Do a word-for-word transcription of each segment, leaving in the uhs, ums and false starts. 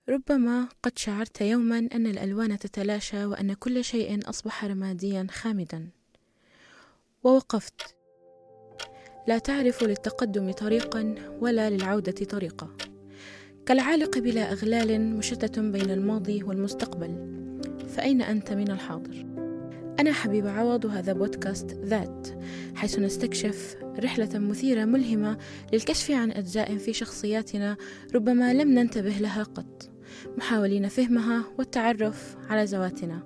ربما قد شعرت يوما أن الألوان تتلاشى وأن كل شيء أصبح رماديا خامدا، ووقفت لا تعرف للتقدم طريقا ولا للعودة طريقة، كالعالق بلا أغلال مشتت بين الماضي والمستقبل. فأين أنت من الحاضر؟ أنا حبيبة عوض، وهذا بودكاست ذات، حيث نستكشف رحلة مثيرة ملهمة للكشف عن أجزاء في شخصياتنا ربما لم ننتبه لها قط، محاولين فهمها والتعرف على ذواتنا.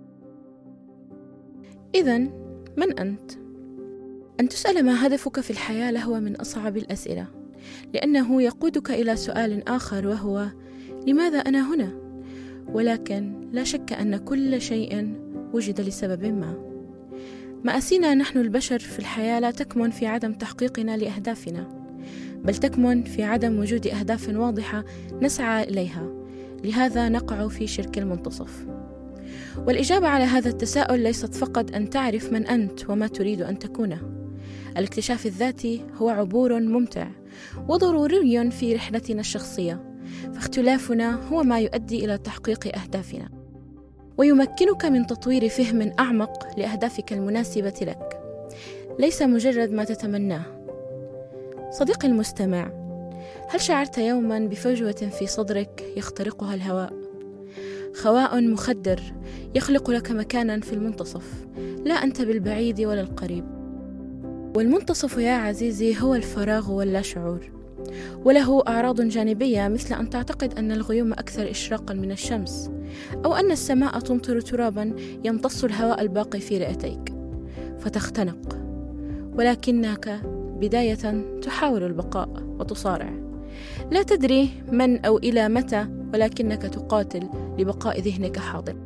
إذن من أنت؟ أن تسأل ما هدفك في الحياة لهو من أصعب الأسئلة، لأنه يقودك إلى سؤال آخر وهو لماذا أنا هنا؟ ولكن لا شك أن كل شيء وجد لسبب ما. مآسينا نحن البشر في الحياة لا تكمن في عدم تحقيقنا لأهدافنا، بل تكمن في عدم وجود أهداف واضحة نسعى إليها، لهذا نقع في شرك المنتصف. والإجابة على هذا التساؤل ليست فقط أن تعرف من أنت وما تريد أن تكونه. الاكتشاف الذاتي هو عبور ممتع وضروري في رحلتنا الشخصية، فاختلافنا هو ما يؤدي إلى تحقيق أهدافنا، ويمكنك من تطوير فهم أعمق لأهدافك المناسبة لك، ليس مجرد ما تتمناه. صديقي المستمع، هل شعرت يوما بفجوة في صدرك يخترقها الهواء؟ خواء مخدر يخلق لك مكانا في المنتصف، لا أنت بالبعيد ولا القريب. والمنتصف يا عزيزي هو الفراغ واللا شعور، وله أعراض جانبية مثل أن تعتقد أن الغيوم أكثر إشراقا من الشمس، أو أن السماء تمطر ترابا يمتص الهواء الباقي في رئتيك فتختنق، ولكنك بداية تحاول البقاء وتصارع، لا تدري من أو إلى متى، ولكنك تقاتل لبقاء ذهنك حاضر.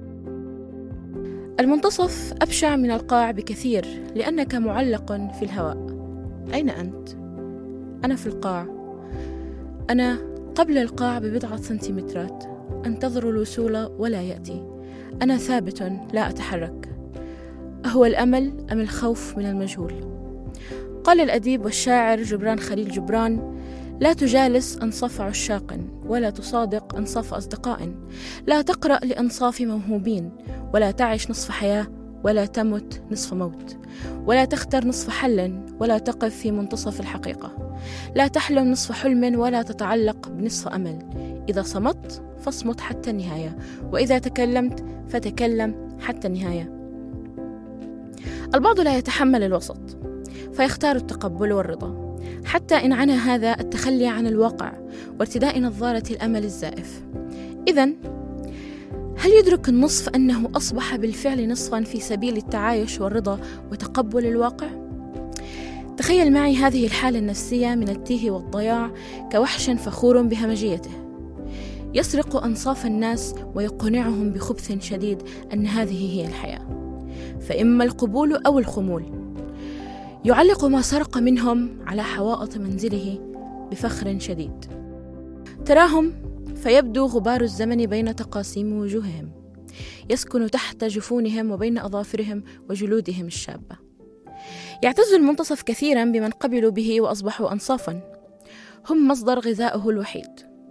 المنتصف أبشع من القاع بكثير، لأنك معلق في الهواء. أين أنت؟ أنا في القاع، أنا قبل القاع ببضعة سنتيمترات، أنتظر الوصول ولا يأتي، أنا ثابت لا أتحرك. أهو الأمل أم الخوف من المجهول؟ قال الأديب والشاعر جبران خليل جبران: لا تجالس أنصاف عشاق، ولا تصادق أنصاف أصدقاء، لا تقرأ لأنصاف موهوبين، ولا تعش نصف حياة، ولا تمت نصف موت، ولا تختر نصف حل، ولا تقف في منتصف الحقيقة، لا تحلم نصف حلم، ولا تتعلق بنصف أمل. إذا صمت فاصمت حتى النهاية، وإذا تكلمت فتكلم حتى النهاية. البعض لا يتحمل الوسط فيختار التقبل والرضا، حتى إن عنى هذا التخلي عن الواقع وارتداء نظارة الأمل الزائف. إذن هل يدرك النصف أنه أصبح بالفعل نصفا في سبيل التعايش والرضا وتقبل الواقع؟ تخيل معي هذه الحالة النفسية من التيه والضياع كوحش فخور بهمجيته، يسرق أنصاف الناس ويقنعهم بخبث شديد أن هذه هي الحياة، فإما القبول أو الخمول. يعلق ما سرق منهم على حوائط منزله بفخر شديد، تراهم فيبدو غبار الزمن بين تقاسيم وجوههم، يسكن تحت جفونهم وبين أظافرهم وجلودهم الشابة. يعتز المنتصف كثيرا بمن قبلوا به وأصبحوا أنصافا، هم مصدر غذائه الوحيد.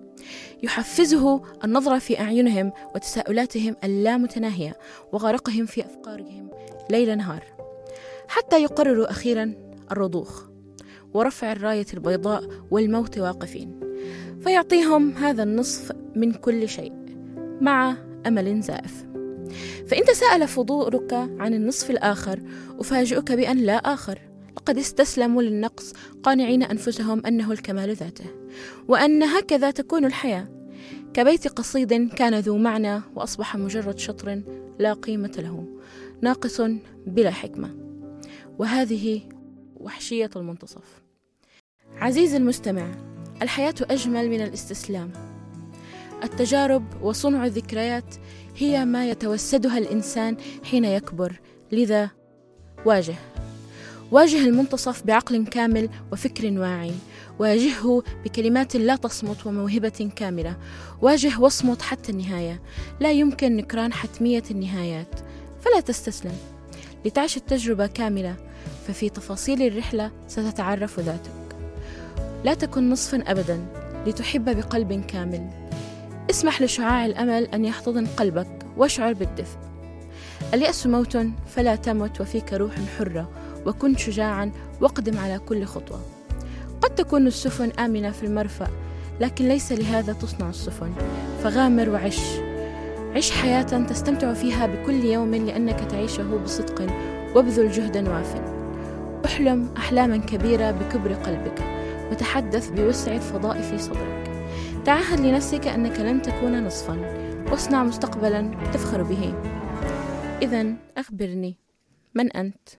يحفزه النظر في أعينهم وتساؤلاتهم اللامتناهية وغرقهم في أفكارهم ليل نهار، حتى يقرروا أخيرا الرضوخ ورفع الراية البيضاء والموت واقفين، فيعطيهم هذا النصف من كل شيء مع أمل زائف. فإن تساءل فضولك عن النصف الآخر، أفاجئك بأن لا آخر، لقد استسلموا للنقص قانعين أنفسهم أنه الكمال ذاته، وأن هكذا تكون الحياة، كبيت قصيد كان ذو معنى وأصبح مجرد شطر لا قيمة له، ناقص بلا حكمة. وهذه وحشية المنتصف. عزيزي المستمع، الحياة أجمل من الاستسلام. التجارب وصنع الذكريات هي ما يتوسدها الإنسان حين يكبر، لذا واجه واجه المنتصف بعقل كامل وفكر واعي، واجهه بكلمات لا تصمت وموهبة كاملة، واجه واصمت حتى النهاية. لا يمكن نكران حتمية النهايات، فلا تستسلم لتعيش التجربة كاملة، ففي تفاصيل الرحلة ستتعرف ذاتك. لا تكن نصفا أبدا لتحب بقلب كامل، اسمح لشعاع الأمل أن يحتضن قلبك واشعر بالدفء. اليأس موت فلا تمت وفيك روح حرة، وكن شجاعا واقدم على كل خطوة. قد تكون السفن آمنة في المرفأ، لكن ليس لهذا تصنع السفن. فغامر وعش، عش حياة تستمتع فيها بكل يوم لأنك تعيشه بصدق، وابذل جهدا واف. احلم أحلاما كبيرة بكبر قلبك، وتحدث بوسع الفضاء في صدرك. تعهد لنفسك أنك لن تكون نصفا، واصنع مستقبلا تفخر به. إذن أخبرني، من أنت؟